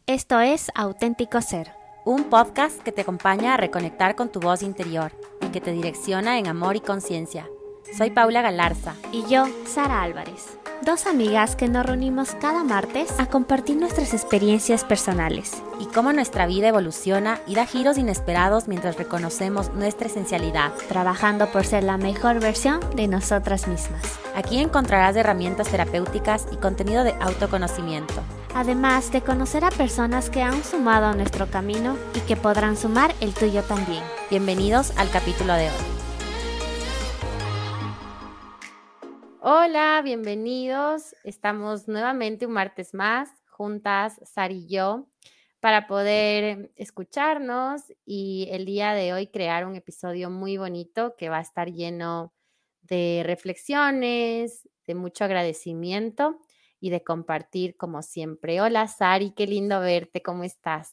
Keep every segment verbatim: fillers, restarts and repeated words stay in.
Esto es Auténtico Ser, un podcast que te acompaña a reconectar con tu voz interior y que te direcciona en amor y conciencia. Soy Paula Galarza. Y yo, Sara Álvarez. Dos amigas que nos reunimos cada martes a compartir nuestras experiencias personales. Y cómo nuestra vida evoluciona y da giros inesperados mientras reconocemos nuestra esencialidad. Trabajando por ser la mejor versión de nosotras mismas. Aquí encontrarás herramientas terapéuticas y contenido de autoconocimiento. Además de conocer a personas que han sumado a nuestro camino y que podrán sumar el tuyo también. Bienvenidos al capítulo de hoy. Hola, bienvenidos. Estamos nuevamente un martes más, juntas, Sara y yo, para poder escucharnos y el día de hoy crear un episodio muy bonito que va a estar lleno de reflexiones, de mucho agradecimiento y de compartir como siempre. Hola, Sari, qué lindo verte, ¿cómo estás?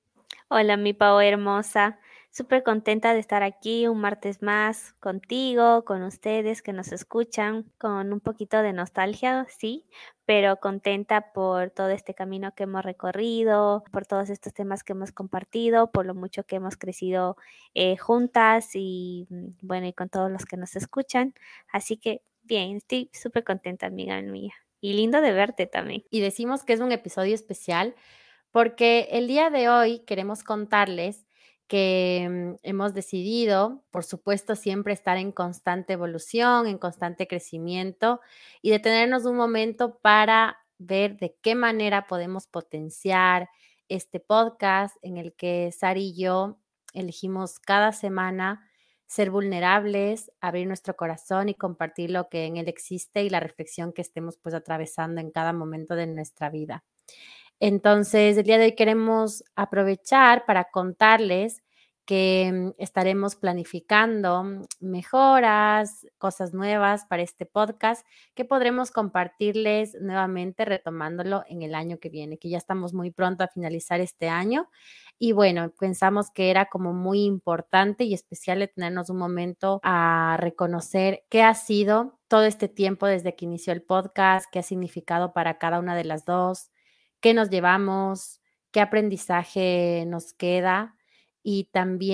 Hola, mi Pau hermosa. Súper contenta de estar aquí un martes más contigo, con ustedes que nos escuchan, con un poquito de nostalgia, sí, pero contenta por todo este camino que hemos recorrido, por todos estos temas que hemos compartido, por lo mucho que hemos crecido eh, juntas y bueno, y con todos los que nos escuchan. Así que bien, estoy súper contenta, amiga mía. Y lindo de verte también. Y decimos que es un episodio especial porque el día de hoy queremos contarles que mm, hemos decidido, por supuesto, siempre estar en constante evolución, en constante crecimiento y detenernos un momento para ver de qué manera podemos potenciar este podcast en el que Sara y yo elegimos cada semana ser vulnerables, abrir nuestro corazón y compartir lo que en él existe y la reflexión que estemos pues atravesando en cada momento de nuestra vida. Entonces, el día de hoy queremos aprovechar para contarles que mm, estaremos planificando mm, mejoras, cosas nuevas para este podcast que podremos compartirles nuevamente retomándolo en el año que viene, que ya estamos muy pronto a finalizar este año. Y bueno, pensamos que era como muy importante y especial detenernos un momento a reconocer qué ha sido todo este tiempo desde que inició el podcast, qué ha significado para cada una de las dos, qué nos llevamos, qué aprendizaje nos queda y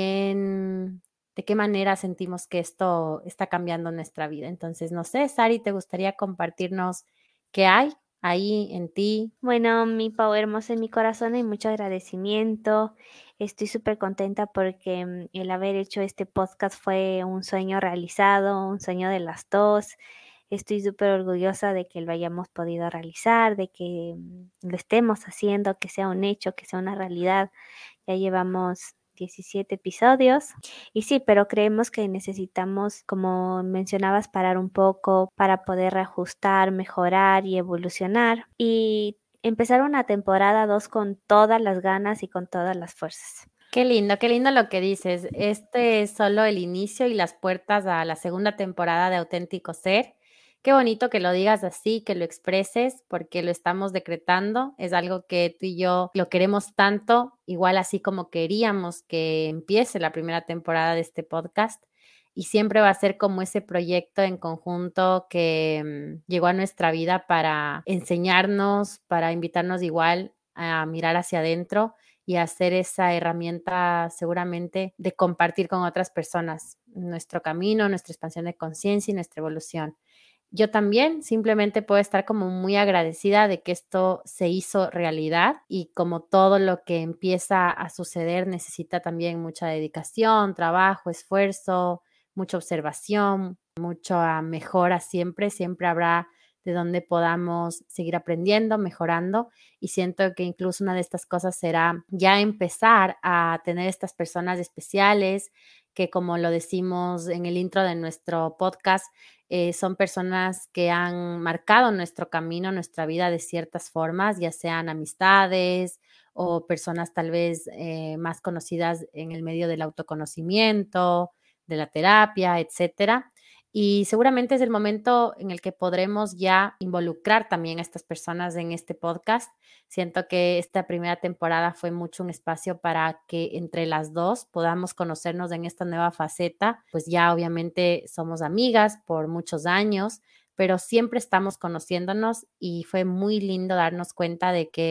también de qué manera sentimos que esto está cambiando nuestra vida. Entonces, no sé, Sari, ¿te gustaría compartirnos qué hay ahí en ti? Bueno, mi Pau hermosa, en mi corazón hay mucho agradecimiento. Estoy súper contenta porque mm, el haber hecho este podcast fue un sueño realizado, un sueño de las dos. Estoy súper orgullosa de que lo hayamos podido realizar, de que mm, lo estemos haciendo, que sea un hecho, que sea una realidad. Ya llevamos diecisiete episodios y sí, pero creemos que necesitamos, como mencionabas, parar un poco para poder reajustar, mejorar y evolucionar y empezar una temporada dos con todas las ganas y con todas las fuerzas. Qué lindo, qué lindo lo que dices. Este es solo el inicio y las puertas a la segunda temporada de Auténtico Ser. Qué bonito que lo digas así, que lo expreses, porque lo estamos decretando. Es algo que tú y yo lo queremos tanto, igual así como queríamos que empiece la primera temporada de este podcast. Y siempre va a ser como ese proyecto en conjunto que mm, llegó a nuestra vida para enseñarnos, para invitarnos igual a mirar hacia adentro y hacer esa herramienta seguramente de compartir con otras personas nuestro camino, nuestra expansión de conciencia y nuestra evolución. Yo también simplemente puedo estar como muy agradecida de que esto se hizo realidad y como todo lo que empieza a suceder necesita también mucha dedicación, trabajo, esfuerzo, mucha observación, mucha mejora siempre, siempre habrá de donde podamos seguir aprendiendo, mejorando y siento que incluso una de estas cosas será ya empezar a tener estas personas especiales que como lo decimos en el intro de nuestro podcast, eh, son personas que han marcado nuestro camino, nuestra vida de ciertas formas, ya sean amistades o personas tal vez eh, más conocidas en el medio del autoconocimiento, de la terapia, etcétera. Y seguramente es el momento en el que podremos ya involucrar también a estas personas en este podcast. Siento que esta primera temporada fue mucho un espacio para que entre las dos podamos conocernos en esta nueva faceta. Pues ya obviamente somos amigas por muchos años, pero siempre estamos conociéndonos y fue muy lindo darnos cuenta de que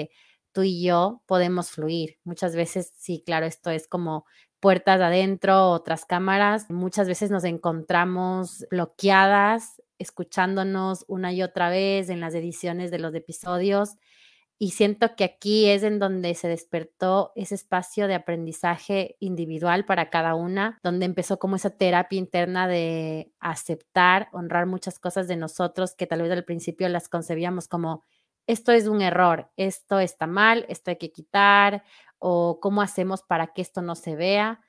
tú y yo podemos fluir. Muchas veces, sí, claro, esto es como puertas adentro, otras cámaras. Muchas veces nos encontramos bloqueadas, escuchándonos una y otra vez en las ediciones de los episodios. Y siento que aquí es en donde se despertó ese espacio de aprendizaje individual para cada una, donde empezó como esa terapia interna de aceptar, honrar muchas cosas de nosotros que tal vez al principio las concebíamos como esto es un error, esto está mal, esto hay que quitar, o cómo hacemos para que esto no se vea.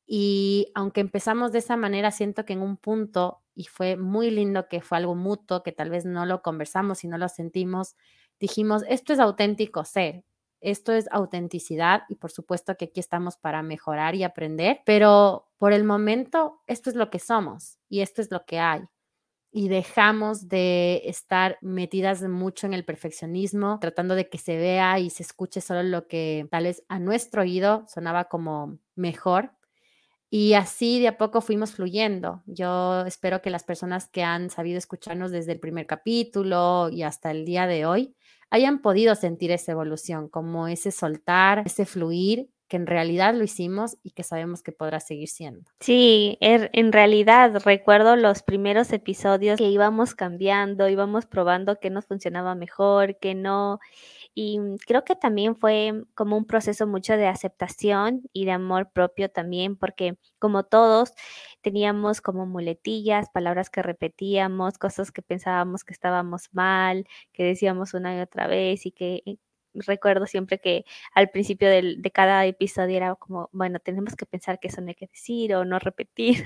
Y aunque empezamos de esa manera, siento que en un punto, y fue muy lindo que fue algo mutuo, que tal vez no lo conversamos y no lo sentimos, dijimos, esto es auténtico ser, esto es autenticidad y por supuesto que aquí estamos para mejorar y aprender, pero por el momento esto es lo que somos y esto es lo que hay. Y dejamos de estar metidas mucho en el perfeccionismo, tratando de que se vea y se escuche solo lo que tal vez a nuestro oído sonaba como mejor. Y así de a poco fuimos fluyendo. Yo espero que las personas que han sabido escucharnos desde el primer capítulo y hasta el día de hoy hayan podido sentir esa evolución, como ese soltar, ese fluir, que en realidad lo hicimos y que sabemos que podrá seguir siendo. Sí, er- en realidad recuerdo los primeros episodios que íbamos cambiando, íbamos probando qué nos funcionaba mejor, qué no. Y mm, creo que también fue como un proceso mucho de aceptación y de amor propio también, porque como todos teníamos como muletillas, palabras que repetíamos, cosas que pensábamos que estábamos mal, que decíamos una y otra vez y que eh, recuerdo siempre que al principio del- de cada episodio era como, bueno, tenemos que pensar que eso no hay que decir o no repetir.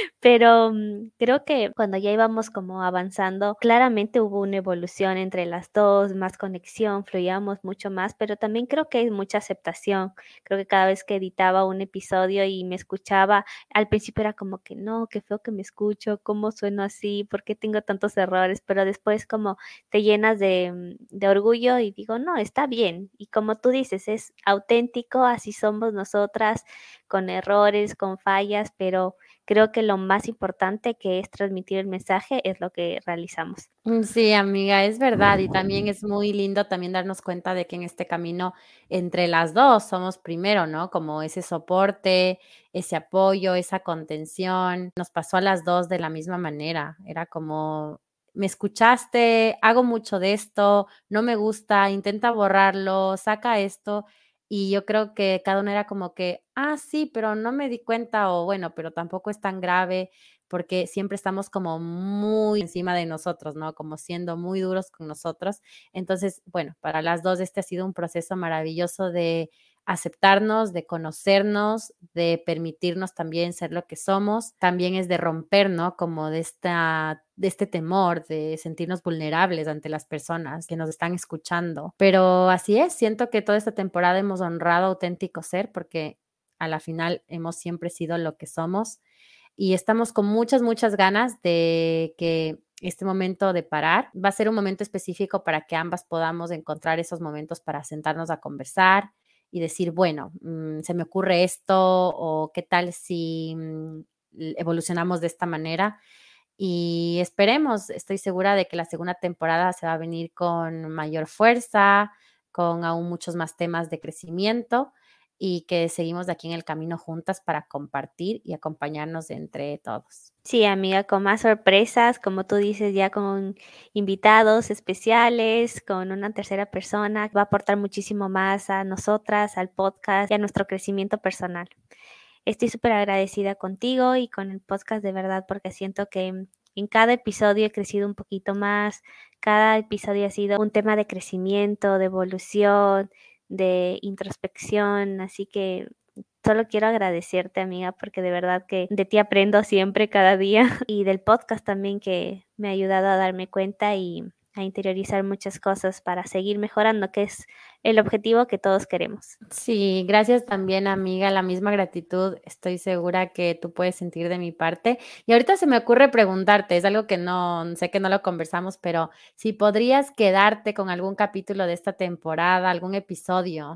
Pero mm, creo que cuando ya íbamos como avanzando, claramente hubo una evolución entre las dos, más conexión, fluíamos mucho más, pero también creo que hay mucha aceptación. Creo que cada vez que editaba un episodio y me escuchaba, al principio era como que no, qué feo que me escucho, cómo sueno así, por qué tengo tantos errores, pero después como te llenas de, mm, de orgullo y digo, no, está bien. Y como tú dices, es auténtico, así somos nosotras, con errores, con fallas, pero creo que lo más importante que es transmitir el mensaje es lo que realizamos. Mm, Sí, amiga, es verdad. Y también es muy lindo también darnos cuenta de que en este camino entre las dos somos primero, ¿no? Como ese soporte, ese apoyo, esa contención. Nos pasó a las dos de la misma manera. Era como, me escuchaste, hago mucho de esto, no me gusta, intenta borrarlo, saca esto. Y yo creo que cada uno era como que, ah, sí, pero no me di cuenta o bueno, pero tampoco es tan grave porque siempre estamos como muy encima de nosotros, ¿no? Como siendo muy duros con nosotros. Entonces, bueno, para las dos este ha sido un proceso maravilloso de aceptarnos, de conocernos, de permitirnos también ser lo que somos. También es de romper, ¿no? Como de esta de este temor de sentirnos vulnerables ante las personas que nos están escuchando. Pero así es, siento que toda esta temporada hemos honrado auténtico ser porque a la final hemos siempre sido lo que somos y estamos con muchas, muchas ganas de que este momento de parar va a ser un momento específico para que ambas podamos encontrar esos momentos para sentarnos a conversar y decir, bueno, mm, se me ocurre esto o qué tal si mm, evolucionamos de esta manera. Y esperemos, estoy segura de que la segunda temporada se va a venir con mayor fuerza, con aún muchos más temas de crecimiento y que seguimos de aquí en el camino juntas para compartir y acompañarnos entre todos. Sí, amiga, con más sorpresas, como tú dices, ya con invitados especiales, con una tercera persona, va a aportar muchísimo más a nosotras, al podcast y a nuestro crecimiento personal. Estoy súper agradecida contigo y con el podcast de verdad porque siento que en cada episodio he crecido un poquito más, cada episodio ha sido un tema de crecimiento, de evolución, de introspección, así que solo quiero agradecerte, amiga, porque de verdad que de ti aprendo siempre, cada día, y del podcast también que me ha ayudado a darme cuenta y a interiorizar muchas cosas para seguir mejorando, que es el objetivo que todos queremos. Sí, gracias también, amiga. La misma gratitud, estoy segura que tú puedes sentir de mi parte. Y ahorita se me ocurre preguntarte, es algo que no, sé que no lo conversamos, pero si podrías quedarte con algún capítulo de esta temporada, algún episodio.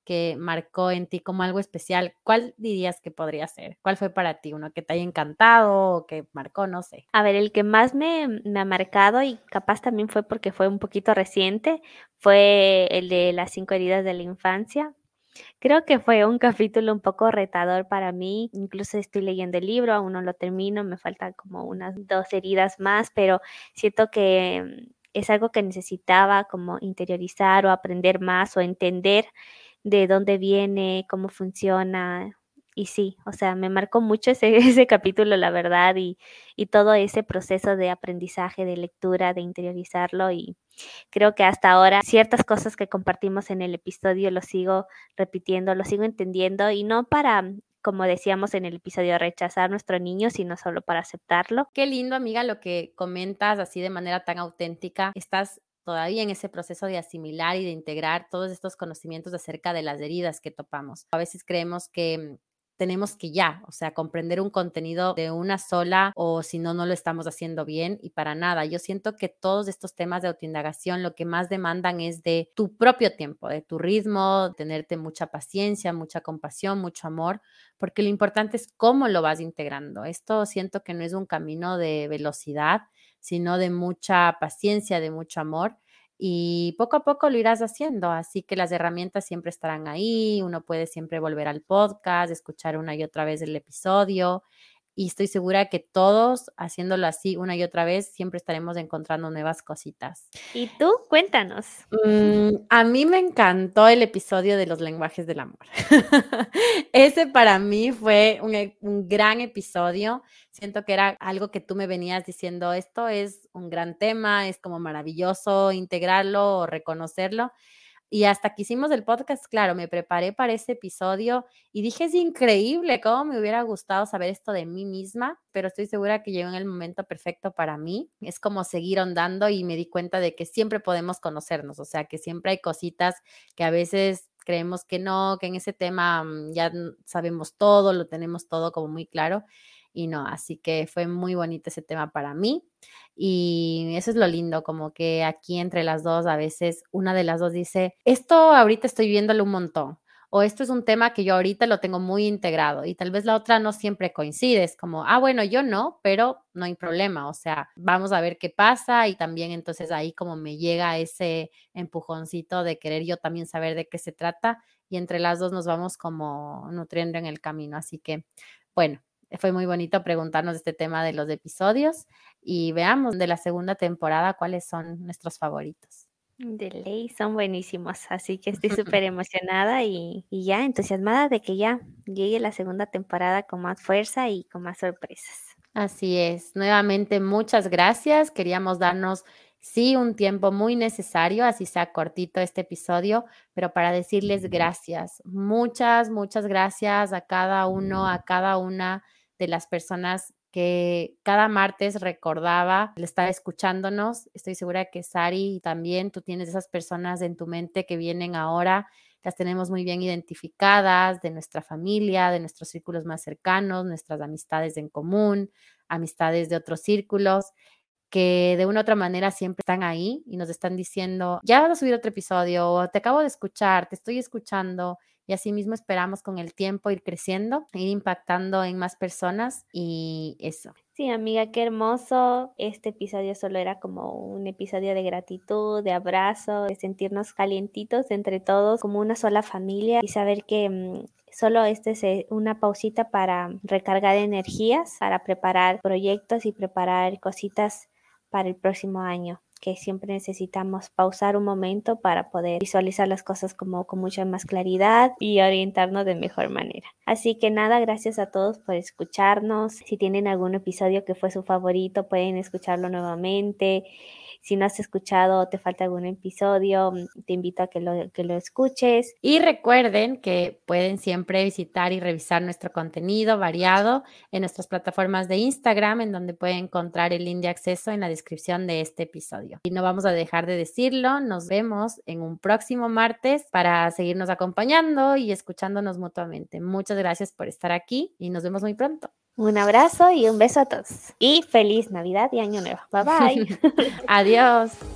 que marcó en ti como algo especial, ¿cuál dirías que podría ser? ¿Cuál fue para ti? ¿Uno que te haya encantado o que marcó? No sé. A ver, el que más me, me ha marcado y capaz también fue porque fue un poquito reciente, fue el de las cinco heridas de la infancia. Creo que fue un capítulo un poco retador para mí. Incluso estoy leyendo el libro, aún no lo termino, me faltan como unas dos heridas más, pero siento que mm, es algo que necesitaba como interiorizar o aprender más o entender de dónde viene, cómo funciona. Y sí, o sea, me marcó mucho ese, ese capítulo, la verdad, y, y todo ese proceso de aprendizaje, de lectura, de interiorizarlo. Y creo que hasta ahora ciertas cosas que compartimos en el episodio lo sigo repitiendo, lo sigo entendiendo y no para, como decíamos en el episodio, rechazar a nuestro niño, sino solo para aceptarlo. Qué lindo, amiga, lo que comentas así de manera tan auténtica. Estás todavía en ese proceso de asimilar y de integrar todos estos conocimientos acerca de las heridas que topamos. A veces creemos que tenemos que ya, o sea, comprender un contenido de una sola o si no, no lo estamos haciendo bien y para nada. Yo siento que todos estos temas de autoindagación lo que más demandan es de tu propio tiempo, de tu ritmo, tenerte mucha paciencia, mucha compasión, mucho amor, porque lo importante es cómo lo vas integrando. Esto siento que no es un camino de velocidad, sino de mucha paciencia, de mucho amor. Y poco a poco lo irás haciendo, así que las herramientas siempre estarán ahí, uno puede siempre volver al podcast, escuchar una y otra vez el episodio y estoy segura que todos haciéndolo así una y otra vez siempre estaremos encontrando nuevas cositas. ¿Y tú? Cuéntanos. Mm, a mí me encantó el episodio de los lenguajes del amor. Ese para mí fue un, e- un gran episodio. Siento que era algo que tú me venías diciendo, esto es un gran tema, es como maravilloso integrarlo o reconocerlo. Y hasta que hicimos el podcast, claro, me preparé para ese episodio y dije, es increíble, cómo me hubiera gustado saber esto de mí misma, pero estoy segura que llegó en el momento perfecto para mí. Es como seguir ondando y me di cuenta de que siempre podemos conocernos, o sea, que siempre hay cositas que a veces creemos que no, que en ese tema mm, ya n- sabemos todo, lo tenemos todo como muy claro y no, así que fue muy bonito ese tema para mí. Y eso es lo lindo, como que aquí entre las dos, a veces una de las dos dice, esto ahorita estoy viéndolo un montón, o esto es un tema que yo ahorita lo tengo muy integrado, y tal vez la otra no siempre coincide, es como, ah, bueno, yo no, pero no hay problema, o sea, vamos a ver qué pasa, y también entonces ahí como me llega ese empujoncito de querer yo también saber de qué se trata, y entre las dos nos vamos como nutriendo en el camino, así que, bueno. Fue muy bonito preguntarnos este tema de los episodios y veamos de la segunda temporada cuáles son nuestros favoritos. De ley, son buenísimos, así que estoy súper emocionada y, y ya entusiasmada de que ya llegue la segunda temporada con más fuerza y con más sorpresas. Así es. Nuevamente, muchas gracias. Queríamos darnos, sí, un tiempo muy necesario, así sea cortito este episodio, pero para decirles gracias. Muchas, muchas gracias a cada uno, a cada una de las personas que cada martes recordaba el estar escuchándonos. Estoy segura que Sari también, tú tienes esas personas en tu mente que vienen ahora, las tenemos muy bien identificadas, de nuestra familia, de nuestros círculos más cercanos, nuestras amistades en común, amistades de otros círculos, que de una u otra manera siempre están ahí y nos están diciendo, ya vas a subir otro episodio, o te acabo de escuchar, te estoy escuchando, y así mismo esperamos con el tiempo ir creciendo, ir impactando en más personas y eso. Sí, amiga, qué hermoso. Este episodio solo era como un episodio de gratitud, de abrazo, de sentirnos calientitos entre todos, como una sola familia y saber que mm, solo este es eh, una pausita para recargar energías, para preparar proyectos y preparar cositas para el próximo año, que siempre necesitamos pausar un momento para poder visualizar las cosas como con mucha más claridad y orientarnos de mejor manera. Así que nada, gracias a todos por escucharnos. Si tienen algún episodio que fue su favorito, pueden escucharlo nuevamente. Si no has escuchado o te falta algún episodio, te invito a que lo, que lo escuches. Y recuerden que pueden siempre visitar y revisar nuestro contenido variado en nuestras plataformas de Instagram, en donde pueden encontrar el link de acceso en la descripción de este episodio. Y no vamos a dejar de decirlo, nos vemos en un próximo martes para seguirnos acompañando y escuchándonos mutuamente. Muchas gracias por estar aquí y nos vemos muy pronto. Un abrazo y un beso a todos. Y feliz Navidad y Año Nuevo. Bye bye. Adiós.